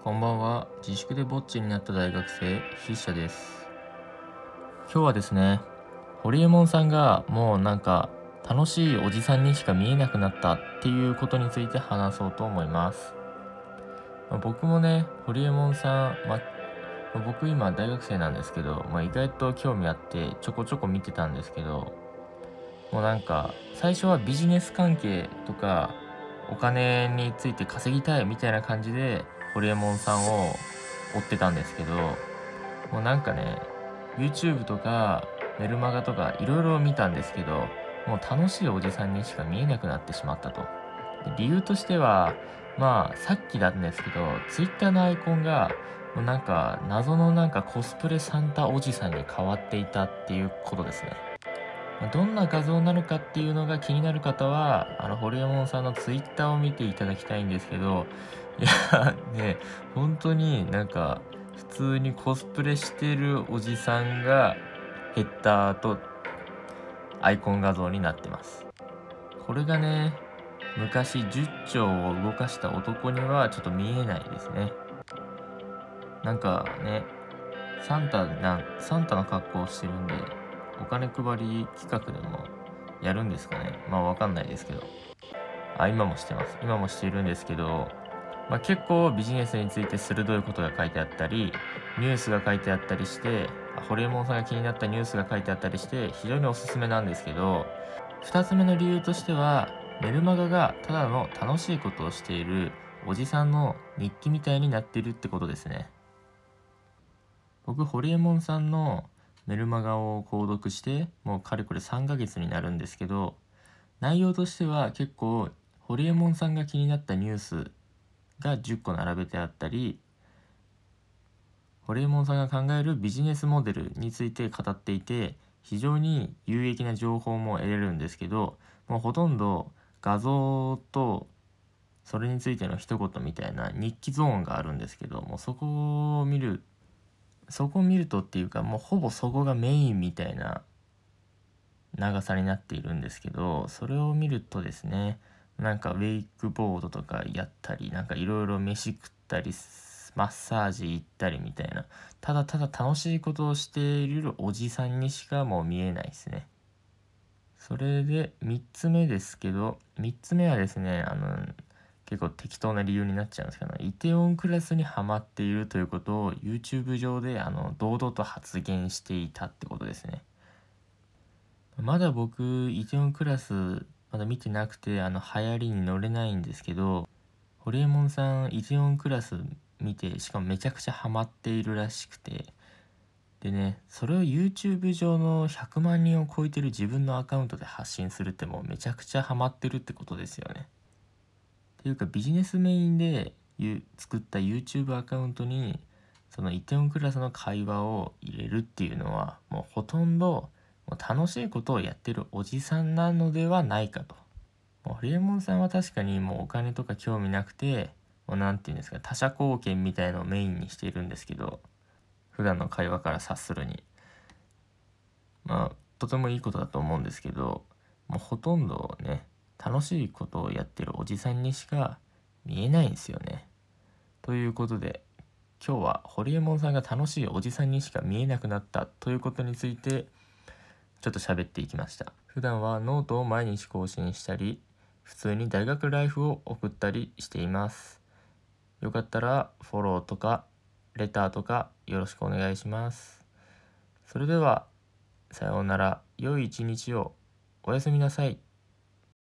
こんばんは。自粛でぼっちになった大学生、筆者です。今日はですね、ホリエモンさんがもう楽しいおじさんにしか見えなくなったっていうことについて話そうと思います。僕もね、ホリエモンさん、僕今大学生なんですけど、意外と興味あってちょこちょこ見てたんですけど、もう最初はビジネス関係とかお金について稼ぎたいみたいな感じでホリエモンさんを追ってたんですけど、もうYouTube とかメルマガとかいろいろ見たんですけど、もう楽しいおじさんにしか見えなくなってしまったと。で理由としては、さっきなんですけど、Twitter のアイコンがもう謎のコスプレサンタおじさんに変わっていたっていうことですね。どんな画像なのかっていうのが気になる方は、ホリエモンさんの Twitter を見ていただきたいんですけど、いや、ね、本当に普通にコスプレしてるおじさんがヘッダーとアイコン画像になってます。これがね、昔10兆を動かした男にはちょっと見えないですね。サンタの格好をしてるんで、お金配り企画でもやるんですかね。わかんないですけど。今もしてます。今もしているんですけど、結構ビジネスについて鋭いことが書いてあったり、ニュースが書いてあったりして、ホリエモンさんが気になったニュースが書いてあったりして、非常におすすめなんですけど、2つ目の理由としては、メルマガがただの楽しいことをしているおじさんの日記みたいになっているってことですね。僕、ホリエモンさんのメルマガを購読して、もうかれこれ3ヶ月になるんですけど、内容としては結構、ホリエモンさんが気になったニュースが10個並べてあったり、ホリエモンさんが考えるビジネスモデルについて語っていて、非常に有益な情報も得れるんですけど、もうほとんど画像とそれについての一言みたいな日記ゾーンがあるんですけど、もうそこを見るとっていうか、もうほぼそこがメインみたいな長さになっているんですけど、それを見るとですね、ウェイクボードとかやったり、いろいろ飯食ったり、マッサージ行ったりみたいな、ただただ楽しいことをしているおじさんにしかもう見えないですね。それで3つ目ですけど、3つ目はですね、結構適当な理由になっちゃうんですけど、イテウォンクラスにハマっているということを YouTube 上で堂々と発言していたってことですね。まだ僕、イテウォンクラスまだ見てなくて、流行りに乗れないんですけど、ホリエモンさん、イテウォンクラス見て、しかもめちゃくちゃハマっているらしくて、でね、それを YouTube 上の100万人を超えてる自分のアカウントで発信するってもうめちゃくちゃハマってるってことですよね。っていうかビジネスメインで作った YouTube アカウントにそのイテウォンクラスの会話を入れるっていうのはもうほとんどもう楽しいことをやってるおじさんなのではないかと。もうホリエモンさんは確かにもうお金とか興味なくて、もうなんていうんですか、他者貢献みたいのをメインにしているんですけど、普段の会話から察するにとてもいいことだと思うんですけど、もうほとんどね、楽しいことをやってるおじさんにしか見えないんですよね。ということで、今日はホリエモンさんが楽しいおじさんにしか見えなくなったということについてちょっと喋っていきました。普段はノートを毎日更新したり、普通に大学ライフを送ったりしています。よかったらフォローとかレターとかよろしくお願いします。それではさようなら、良い一日を。おやすみなさい。